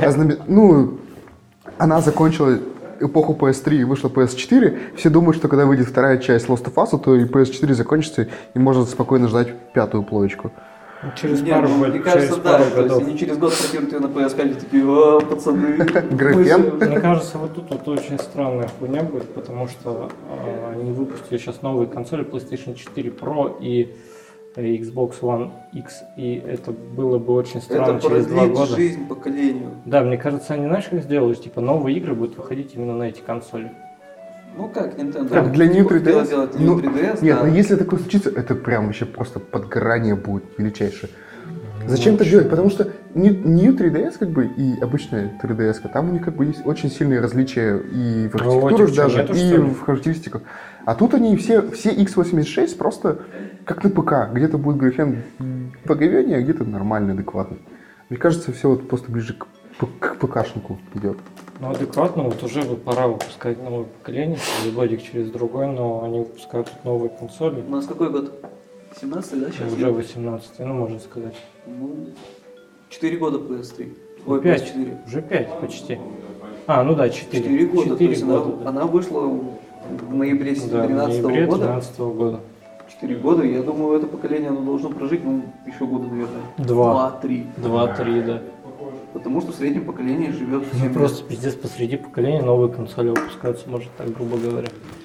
она закончила эпоху PS3 и вышла PS4, все думают, что когда выйдет вторая часть Last of Us, то и PS4 закончится, и можно спокойно ждать пятую плойку. Через Не, пару, ну, мне кажется, через да, пару то есть годов. они через год протянут ее на PS5 и такие, пацаны. Графен? Мне кажется, вот тут вот очень странная хуйня будет, потому что они выпустили сейчас новые консоли PlayStation 4 Pro и Xbox One X, и это было бы очень странно Это через 2 продлит года. жизнь поколению. Да, мне кажется, они, знаешь, как сделают, типа новые игры будут выходить именно на эти консоли. Ну как Nintendo? Как для New 3DS? Делать Ну, New 3DS, Нет, да. но если такое случится, это прям вообще просто подгорание будет величайшее. Зачем так делать? Потому что New 3DS как бы и обычная 3DS, там у них как бы есть очень сильные различия и в архитектурах этих даже, нету, и что ли? в характеристиках. А тут они все x86 просто как на ПК. Где-то будет графен поговенее, а где-то нормальный, адекватный. Мне кажется, все вот просто ближе к ПКшнику идет. Ну, адекватно, вот уже бы пора выпускать новое поколение, через годик, через другой, но они выпускают тут новые консоли. У нас какой год? 17-й, да, сейчас? Уже 18, ну, можно сказать. Ну, 4 года PS3. Ой, 5, PS4. уже 5 почти. А, ну да, 4. 4 года. То есть года, да. она вышла в ноябре Да, в 2013 ноябре года. 2013 года. 4 года. Я думаю, это поколение оно должно прожить, еще года, наверное. 2. 2-3. 2-3, да. Потому что в среднем поколении живет Ну, 7 лет. просто пиздец, посреди поколения новые консоли выпускаются, может так, грубо говоря.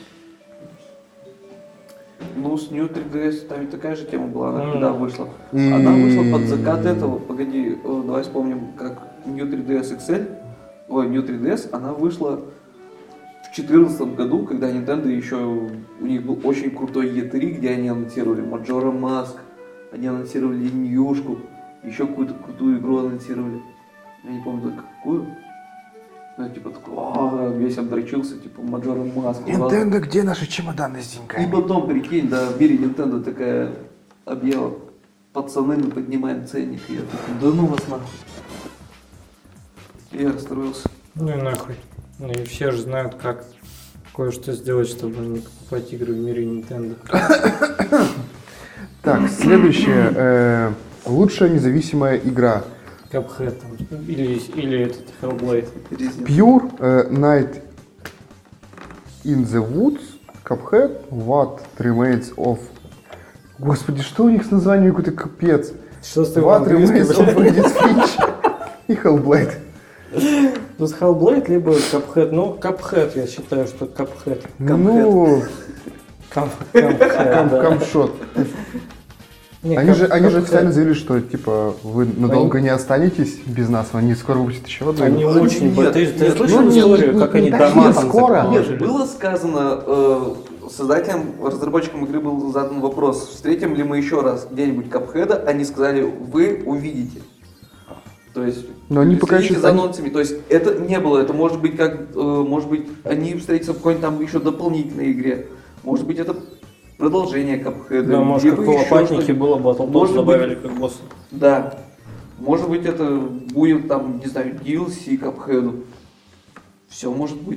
Ну, с New 3DS там ведь такая же тема была, она Ну, когда да. вышла. И- Она вышла под закат этого, погоди, давай вспомним, как New 3DS XL, New 3DS, она вышла в 2014 году, когда Nintendo еще, у них был очень крутой E3, где они анонсировали Majora's Mask, они анонсировали Ньюшку, еще какую-то крутую игру анонсировали. Я не помню только какую. Ну, типа такой, весь обдрочился, типа Majora's Mask. Nintendo, где наши чемоданы с И деньгами? потом, прикинь, да, в мире Nintendo такая объява, пацаны, мы поднимаем ценник. И я такой, да ну вас нахуй. И я расстроился. Ну и нахуй. Ну и все же знают, как кое-что сделать, чтобы не покупать игры в мире Nintendo. Так, следующая. Лучшая независимая игра. Cuphead там, или этот Hellblade. Resident. Pure, Night in the Woods, Cuphead, What Remains of... Господи, что у них с названием какой-то капец? Что с What Remains of Edith Finch и Hellblade. Тут Hellblade, либо Cuphead. Ну, Cuphead, я считаю, что Cuphead. Ну, Cuphead, да. камшот. Не, Они же Cuphead. официально заявили, что типа вы надолго не останетесь без нас, они скоро выпустят еще одну. Они игру. очень... Нет, Ты нет, слышал ну, историю, не- как не они так дома не там скоро. заположили? Нет, было сказано, создателям, разработчикам игры был задан вопрос, встретим ли мы еще раз где-нибудь Капхеда, они сказали, вы увидите. То есть, Но они пока следите еще- за анонсами. То есть, это не было, это может быть как, может быть, они встретятся в какой-нибудь там еще дополнительной игре. Может быть, это продолжение Капхеда. Да, может, как в Лопатнике было Battletoads Может добавили быть, как босса. Да. Может быть, это будет там, не знаю, DLC Капхеду. Все может быть.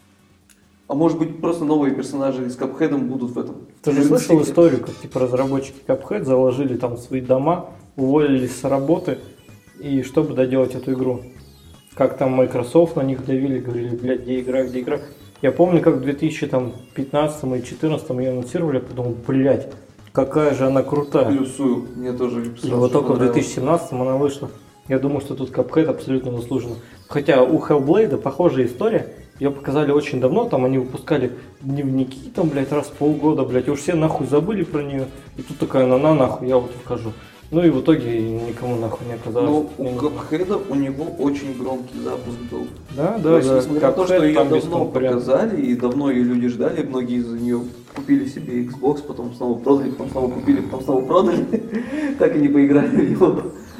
А может быть, просто новые персонажи с Капхедом будут в этом. Ты же слышал историю, как типа разработчики Cuphead заложили там свои дома, уволились с работы, и чтобы доделать эту игру. Как там Microsoft на них давили, говорили, блядь, где игра, где игра. Я помню, как в 2015 и 2014 ее анонсировали, я подумал, блядь, какая же она крутая. Плюсую. Мне тоже И сразу вот только в понравилось. 2017 она вышла. Я думаю, что тут Cuphead абсолютно заслуженно. Хотя у Hellblade похожая история. Ее показали очень давно, там они выпускали дневники, там, блядь, раз в полгода, блядь, и уж все нахуй забыли про нее. И тут такая, на нахуй, я вот вхожу. Ну и в итоге никому нахуй не оказалось. Но Я у не- Капхеда у него очень громкий запуск был. Да, То да, есть, да. несмотря на то, что Cuphead ее там без давно конкурентов. показали, и давно ее люди ждали, многие за нее купили себе Xbox, потом снова продали, потом снова купили, потом снова продали, так и не поиграли в него.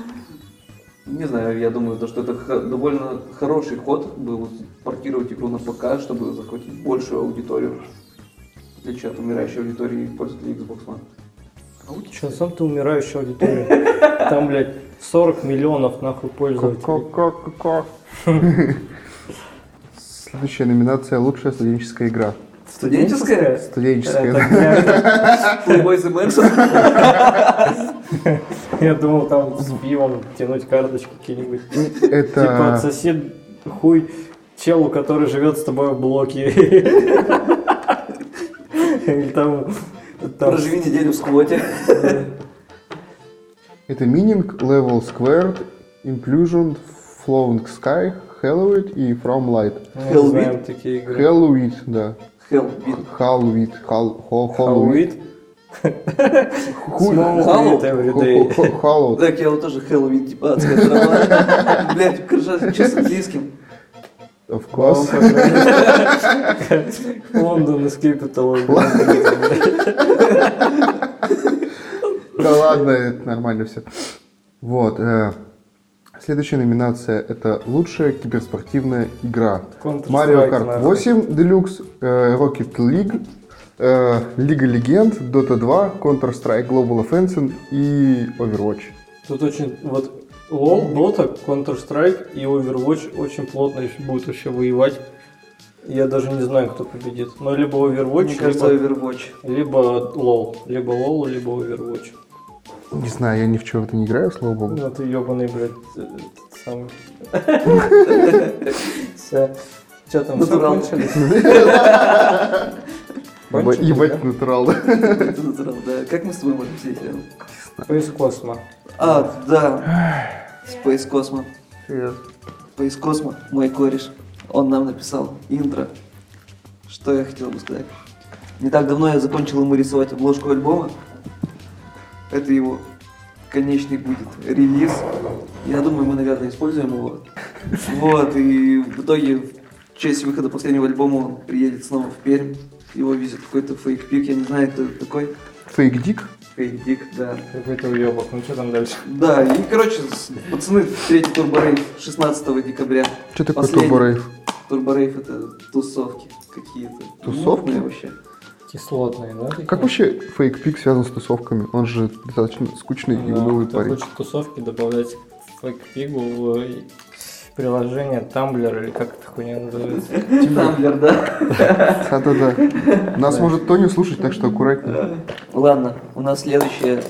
Не знаю, я думаю, то, что это довольно хороший ход был портировать игру на ПК, чтобы захватить большую аудиторию, в отличие от умирающей аудитории пользователей Xbox One. Че, сам ты умирающая аудитория. Там, блядь, 40 миллионов нахуй пользователей. Ко-ко-ко-ко. Следующая номинация «Лучшая студенческая игра». Студенческая? Студенческая. Playboy the Mansion? Я думал, там с пивом тянуть карточки какие-нибудь. Типа Это... сосед хуй челу, который живет с тобой в блоке. Или там... Проживи неделю в сквоте. Это Meaning, Level Squared, Inclusion, Flowing Sky, Hallowed и From Light. Мы не знаем такие игры. Hallowed, да. Hellbeat. Hallowed. Small every day. Hallowed. Так, я вот тоже Hellbeat, типа адская трава. Блять, хорошо, что с английским? Of course. Лондон из Capital. Да ладно, это нормально все. Вот. Следующая номинация — это лучшая киберспортивная игра. Mario Kart 8 Deluxe, Rocket League, Лига Легенд, Dota 2, Counter-Strike Global Offensive и Overwatch. Тут очень... Вот LoL, Dota, Counter-Strike и Overwatch очень плотно будут вообще воевать. Я даже не знаю, кто победит. Но либо Overwatch, Мне кажется, Overwatch. либо LoL. Либо LoL, либо Overwatch. Не знаю, я ни в чем это не играю, слава богу. Ну ты ебаный, блядь, самый. Че там, все Натурал. кончились? Ебать натурал, да? Это натурал, да. Как мы с тобой можем сидеть рядом? Space Cosmo. А, да. Space Cosmo. Привет. Space Cosmo, мой кореш. Он нам написал интро. Что я хотел бы сказать? Не так давно я закончил ему рисовать обложку альбома. Это его конечный будет релиз. Я думаю, мы, наверное, используем его. Вот, и в итоге, в честь выхода последнего альбома, он приедет снова в Пермь. Его везет какой-то фейк-пик, я не знаю, кто это такой. Фейк-дик? Фейк-дик, да. Какой-то уебок, ну что там дальше? Да, и, короче, пацаны, третий турборейв 16 декабря. Что такое Последний. турборейв? Турборейв — это тусовки какие-то. Тусовки? Мутные вообще. Кислотные, да? такие? Как вообще фейк-пик связан с тусовками? Он же достаточно скучный и унылый Кто парень. хочет тусовки добавлять фейк-пигу в приложение Tumblr, или как эта хуйня называется? Тамблер, да? Да-да-да. Нас может Тони слушать, так что аккуратнее. Ладно, у нас следующее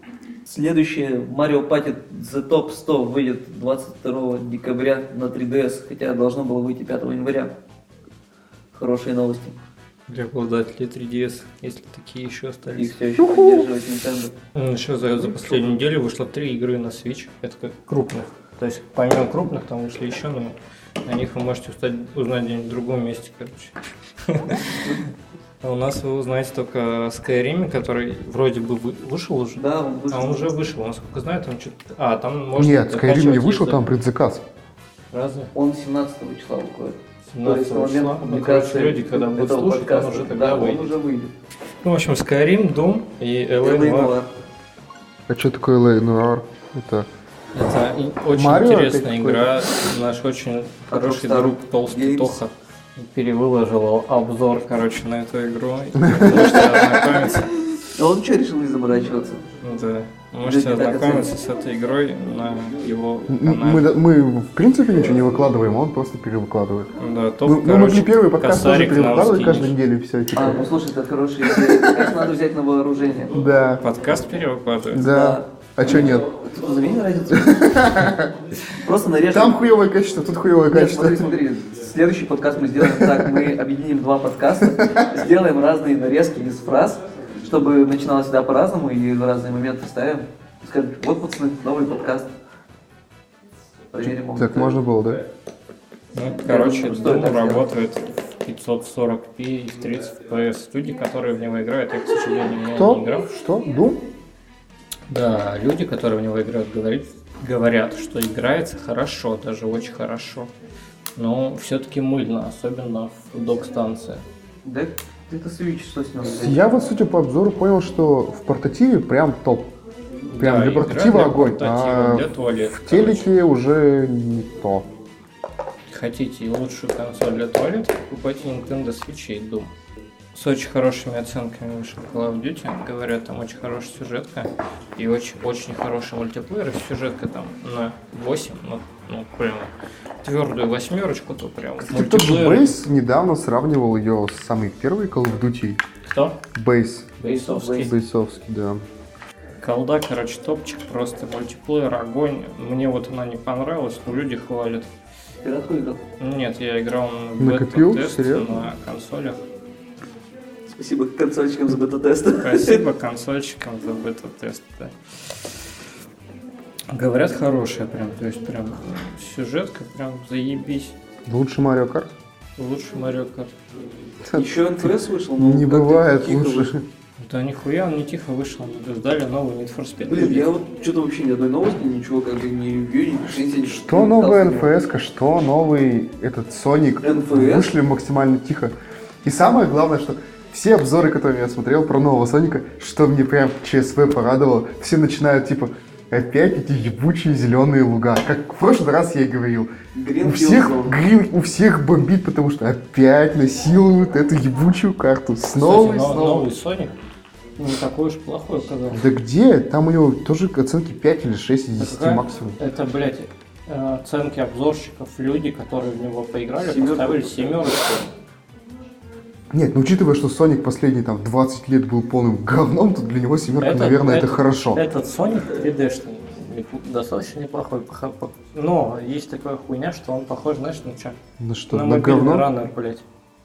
Mario Party The Top 100 выйдет 22 декабря на 3DS, хотя должно было выйти 5 января. Хорошие новости. Для обладателей 3DS, если такие еще остались. Их все еще поддерживает Nintendo. Еще за последнюю неделю вышло 3 игры на Switch. Это как крупных. То есть помимо крупных там вышли еще, но о них вы можете узнать где-нибудь в другом месте, короче. А у нас вы узнаете только о Skyrim, который вроде бы вышел уже. Да, он вышел. А он уже вышел, насколько знаю, там что-то... там можно... Нет, Skyrim не вышел, там предзаказ. Разве? Он 17 числа выходит. 17 То есть числа. на момент публикации люди, когда будут этого слушать, он подкаста, уже тогда да, выйдет. он уже выйдет. Ну, в общем, Skyrim, Doom и LA Noire. А что такое LA Noire? Это... Это очень Марио интересная опять игра. Наш очень хороший Rockstar друг Толстый Games. Тоха перевыложил обзор, короче, на эту игру. И можете ознакомиться. А он что, решил не заморачиваться? Да. Можете Люди так ознакомиться с этой игрой на его Мы, канале. мы в принципе ничего не выкладываем, он просто перевыкладывает. Да, топ, Мы могли короче, первый подкаст тоже косарик нам перевыкладывать каждую скинешь. неделю и все. Типа. Ну слушай, это хорошая идея. Конечно, надо взять на вооружение. Да, Подкаст перевыкладывает. да. А что нет? Тут заметил разницу? Просто нарежем. Там хуевое качество, тут хуевое Нет, качество. смотри. Следующий подкаст мы сделаем так. Мы объединим два подкаста, сделаем разные нарезки из фраз, чтобы начиналось всегда по-разному и в разные моменты ставим. Скажем, вот, пацаны, новый подкаст. Проверим. Так можно было, да? Ну, короче, Что это Doom так работает в 540p и 30 FPS. Люди, которые в него играют, я, к сожалению, в него Что? не играл. Что? Дум? Да, люди, которые в него играют, говорят, что играется хорошо, даже очень хорошо. Но все-таки мыльно, особенно в док-станции. Да, это Switch, что с ним взять? Я вот, судя по обзору, понял, что в портативе прям топ. Прям Да, для игра портатива для огонь, портатива, а для туалета, в телеке уже не то. Хотите лучшую консоль для туалета, покупайте Nintendo Switch и Doom. С очень хорошими оценками вышел Call of Duty. Говорят, там очень хорошая сюжетка и очень хороший мультиплеер. Сюжетка там на 8, ну прям твердую 8, то прям Кстати, тот же Бейс недавно сравнивал ее с самой первой Call of Duty. Кто? Бейс. Бейсовский. Бейсовский, да. Колда, короче, топчик, просто мультиплеер, огонь. Мне вот она не понравилась, но люди хвалят. Пиратку играл? Нет, я играл Накопил? бета-тест Серьезно? на консолях. Спасибо консольщикам за бета-тест. Спасибо консольщикам за бета-тест. Да. Говорят, хорошая прям, то есть прям сюжетка прям заебись. Лучше Марио Карт? Лучше Марио Карт. Еще НФС вышел, но Не как-то бывает тихо лучше. вышел. Да нихуя, он не тихо вышел, ждали новый Need for Speed. Блин, я вот что-то вообще ни одной новости, ничего, как бы ни ревью, ни пишите. Что новая НФС-ка, что новый этот Sonic NFS? вышли максимально тихо. И самое главное, что все обзоры, которые я смотрел про нового Соника, что мне прям ЧСВ порадовало, все начинают типа опять эти ебучие зеленые луга. Как в прошлый раз я и говорил. У всех бомбит, потому что опять насилуют эту ебучую карту. Снова и снова. Новый Sonic не такой уж плохой оказался. Да где? Там у него тоже оценки 5 или 6 из 10 Какая? максимум. Это, блядь, оценки обзорщиков, люди, которые в него поиграли, Семерку. поставили 7. Нет, ну учитывая, что Соник последние там 20 лет был полным говном, то для него 7, наверное, это хорошо. Этот Sonic 3D-шный достаточно неплохой. Но есть такая хуйня, что он похож, знаешь, на что? Ну что, На на мобильный говно? раннер, блядь.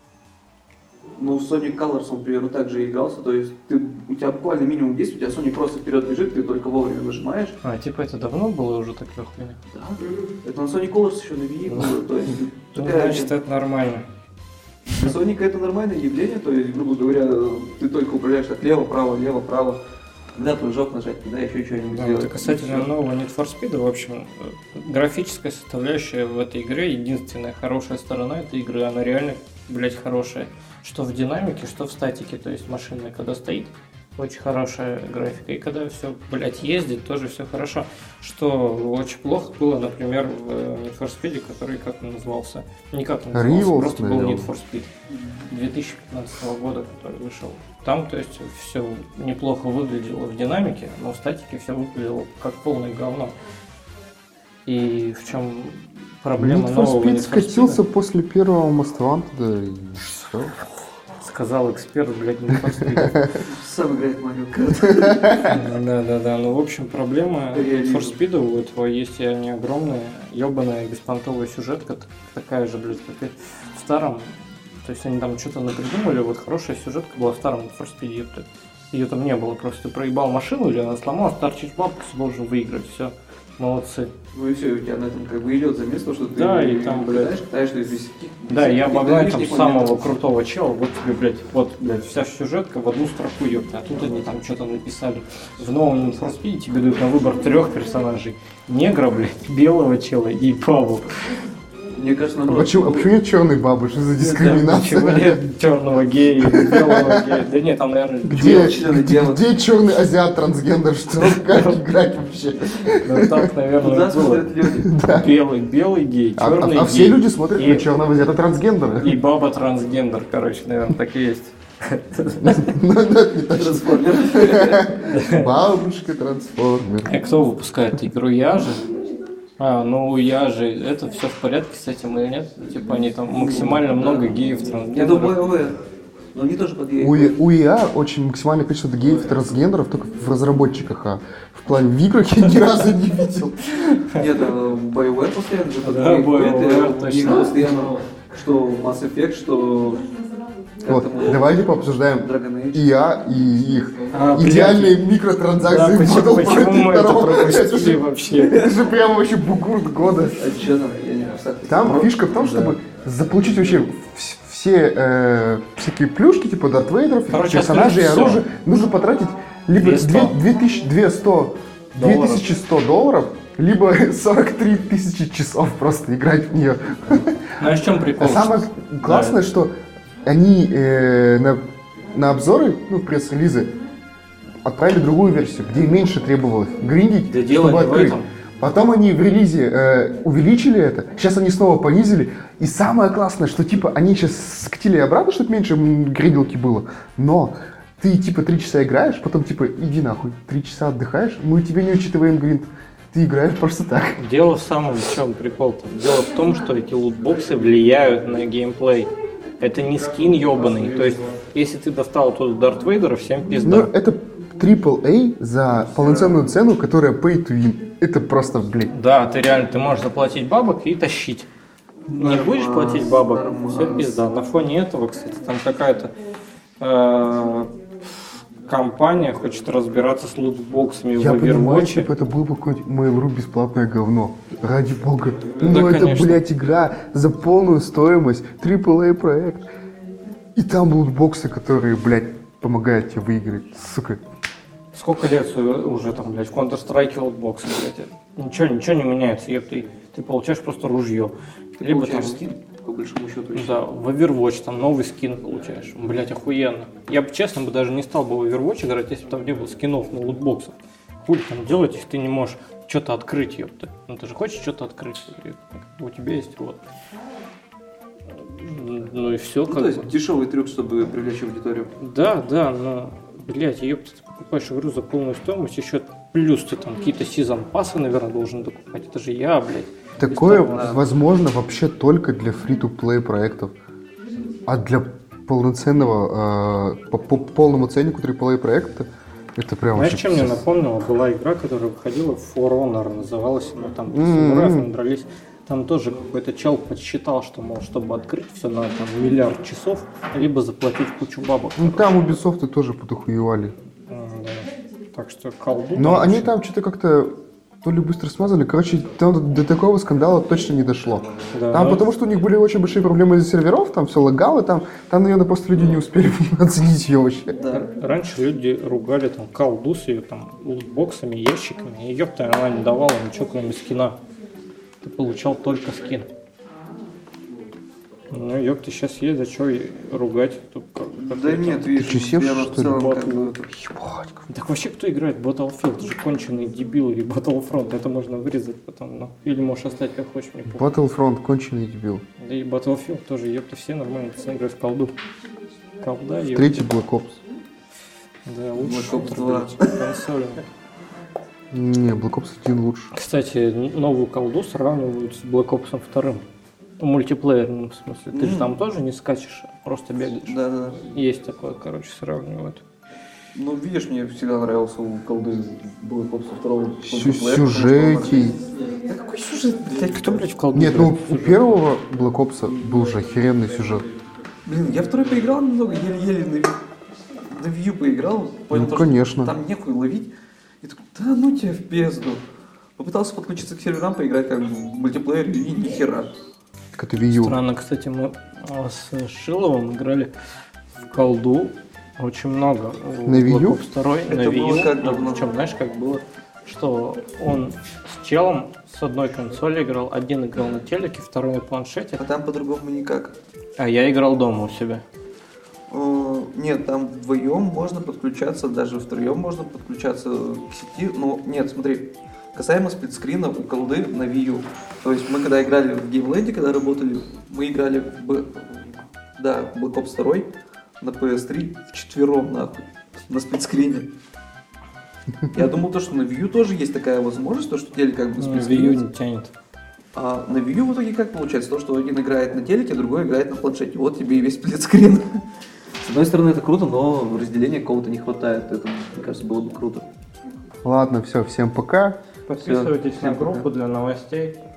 Ну, в Sonic Colors он, к примеру, также игрался, то есть у тебя буквально минимум действий, у тебя Sonic просто вперед бежит, ты только вовремя нажимаешь. Типа это давно было уже такая хуйня? Да, это на Sonic Colors еще на Wii было, то есть Ну, такая... значит, это нормально. Для Соника это нормальное явление, то есть, грубо говоря, ты только управляешь так лево, право, когда прыжок нажать, когда еще что-нибудь сделать. Это касательно нового Need for Speed, в общем, графическая составляющая в этой игре, единственная хорошая сторона этой игры, она реально, блядь, хорошая. Что в динамике, что в статике, то есть машина, когда стоит, очень хорошая графика, и когда все, блядь, ездит, тоже все хорошо. Что очень плохо было, например, в Need for Speed, который, как он назывался, никак не назывался, Rivals, просто был наверное. Need for Speed 2015 года, который вышел. Там, то есть, все неплохо выглядело в динамике, но в статике все выглядело как полное говно. И в чем проблема Need for нового Speed Need for скатился Speed? после первого Most Wanted, и все. Сказал эксперт, блядь, Need for Speed. Сам играет Марио Карт. Да. Ну, в общем, проблема Я Need for вижу. Speed у этого есть, и они огромные, ебаная беспонтовая сюжетка, такая же, блядь, как и в старом. То есть они там что-то напридумали, вот хорошая сюжетка была в старом Need for Speed. Ее там не было, просто ты проебал машину или она сломалась, торчишь бабку, должен выиграть, все. Молодцы. Ну и все, у тебя на этом как бы идет замес, то, что ты Да, и там, блядь. катаешь, то есть без Да, я обогнаю там лишних самого моментов. крутого чела, вот тебе, блядь, вся сюжетка в одну строку, ёпта, а тут они там что-то написали. В новом Need for Speed тебе дают на выбор 3 персонажей. Негра, блядь, белого чела и бабу. Мне кажется, А наоборот. почему нет черной бабы? Что за дискриминация? Почему нет черного гея или белого гея? Да нет, там, наверное, Где черный азиат трансгендер? Что? Как играть вообще? ну, так, наверное, Туда было. смотрят люди. Белый гей, черный А гей. все люди смотрят И- на черного азиата трансгендера. И баба трансгендер, короче, наверное, так и есть. Ну, это не точно. Трансформер. Бабушка трансформер. А кто выпускает игру? Я же? Ну я же, это все в порядке с этим или нет? Типа они там максимально много геев, Я трансгендеров. думаю, но они тоже под У EA очень максимальное количество геев и трансгендеров только в разработчиках, а в плане в играх я ни разу не видел. Нет, BioWare постоянно же под Да, гей ходит, BioWare, и точно. постоянно, что Mass Effect, что... Вот, давайте пообсуждаем Dragon Age. EA и их блядь. идеальные Да, микротранзакции в Model почему мы это Warfare 2. пропустили вообще? Это же прям вообще бугурт года. А что там? Я не знаю. Там фишка в том, чтобы заполучить вообще все всякие плюшки, типа Дарт Вейдеров, Короче, персонажей и открыть всё. оружия, нужно потратить либо 2100 2100 долларов, либо 43 тысячи часов просто играть в нее. Ну а в чем прикол? А самое классное, что они на обзоры, ну, пресс-релизы, отправили другую версию, где меньше требовалось гриндить, Да дело чтобы не в открыть. этом. Потом они в релизе увеличили это, сейчас они снова понизили. И самое классное, что типа они сейчас скатили обратно, чтобы меньше гринделки было. Но ты типа 3 часа играешь, потом типа иди нахуй, 3 часа отдыхаешь, мы тебе не учитываем гринд. ты играешь просто так. Дело в самом, в чем прикол-то? Дело в том, что эти лутбоксы влияют на геймплей. Это не скин ебаный. То есть, если ты достал тут Дарт Вейдера, всем Ну, пизда. это AAA за полноценную цену, которая pay to win. Это просто, блин. Да, ты можешь заплатить бабок и тащить. Не будешь платить бабок, все пизда. На фоне этого, кстати, там какая-то компания хочет разбираться с лутбоксами в Я понимаю, если Overwatch. бы это было бы какое-нибудь Mail.ru бесплатное говно. Ради бога. Да, Ну это, конечно. блядь, игра за полную стоимость. AAA проект. И там лутбоксы, которые, блядь, помогают тебе выиграть. Сука. Сколько лет уже там, блядь, в Counter-Strike лутбоксы, блядь. Ничего не меняется, ёпты. Ты получаешь просто ружье. Либо там скин, по большому счету. еще. да, в Overwatch там новый скин получаешь. Блять, охуенно. Я бы, честно, даже не стал бы в Overwatch играть, если бы там не было скинов на лутбоксах. Хуй там делать, если ты не можешь что-то открыть, ёпта. Ну ты же хочешь что-то открыть в игре. У тебя есть вот. Ну и все, Ну, как то есть бы. дешевый трюк, чтобы привлечь аудиторию. Да, но, блять, ёпта, ты покупаешь игру за полную стоимость, еще плюс ты там какие-то сезон-пассы, наверное, должен докупать. Это же я, блядь. Такое Да. возможно вообще только для free-to-play проектов. А для полноценного, по полному ценнику AAA проекта, это прям Знаешь, вообще чем мне пиздец. напомнила? Была игра, которая выходила, For Honor называлась, мы там с самураев дрались. Там тоже какой-то чел подсчитал, что, мол, чтобы открыть все надо там миллиард часов, либо заплатить кучу бабок. Ну там Ubisoft тоже подохуевали. Да. Так что колду. Но там они вообще- там что-то как-то то ли быстро смазали. Короче, там до такого скандала точно не дошло. Да, Там ну, потому что у них были очень большие проблемы из-за серверов, там все лагало, там, наверное, просто люди не успели оценить ее вообще. Да. Раньше люди ругали там колду с ее там лутбоксами, ящиками, и ёпта, она не давала ничего, кроме скина. Ты получал только скин. Ну, ёпта, сейчас есть за что ругать. Тут как- Да нет, видишь, Ты чё, я Сев, в что ли? целом как бы... Ебать, Так вообще кто играет в Battlefield? Это же конченый дебил или Battlefront. Это можно вырезать потом. Ну. Или можешь оставить как хочешь, мне похуй. Battlefront конченый дебил. Да и Battlefield тоже, ёпта, все нормально пацаны играют в колду. Колда, ёпта. Третий Black Ops. Да, лучше Black Ops шутер, 2. блядь, консоли. Не, Black Ops 1 лучше. Кстати, новую колду сравнивают с Black Ops 2. В мультиплеерном смысле. Ты же там тоже не скачешь, а просто бегаешь. Да. Есть такое, короче, сравнивают. Ну, видишь, мне всегда нравился у колды Black Ops 2 Сюжетей. Да какой сюжет, блядь? Кто, блядь, в колду Нет, играет? ну у первого Black Ops был же охеренный сюжет. Блин, я второй поиграл немного, еле-еле на Wii U поиграл. Понял, Ну, что конечно. Там нехуй ловить. И такой, да ну тебя в пизду. Попытался подключиться к серверам, поиграть как в мультиплеер, и ни хера. Как это Wii U. Странно, кстати, мы с Шиловым играли в колду очень много. На Wii U? Black Ops 2 на Это Wii было U. как давно? Причем, знаешь, как было, что он с челом с одной консоли играл, один играл на телеке, второй на планшете, А там по-другому никак. а я играл дома у себя. Нет, там вдвоем можно подключаться, даже втроем можно подключаться к сети. Но нет, смотри, касаемо сплитскрина у колды на Wii U. То есть мы когда играли в Геймленде, когда работали, мы играли в Black Ops 2 на PS3 вчетвером, нахуй, на сплитскрине. Я думал, то, что на Wii U тоже есть такая возможность, то, что телек как бы Wii U сплитскрин. не тянет. А на Wii U в итоге как получается? То, что один играет на телеке, другой играет на планшете. Вот тебе и весь сплитскрин. С одной стороны это круто, но разделения какого-то не хватает. Это, мне кажется, было бы круто. Ладно, все, всем пока. Подписывайтесь Всем на пока. группу для новостей.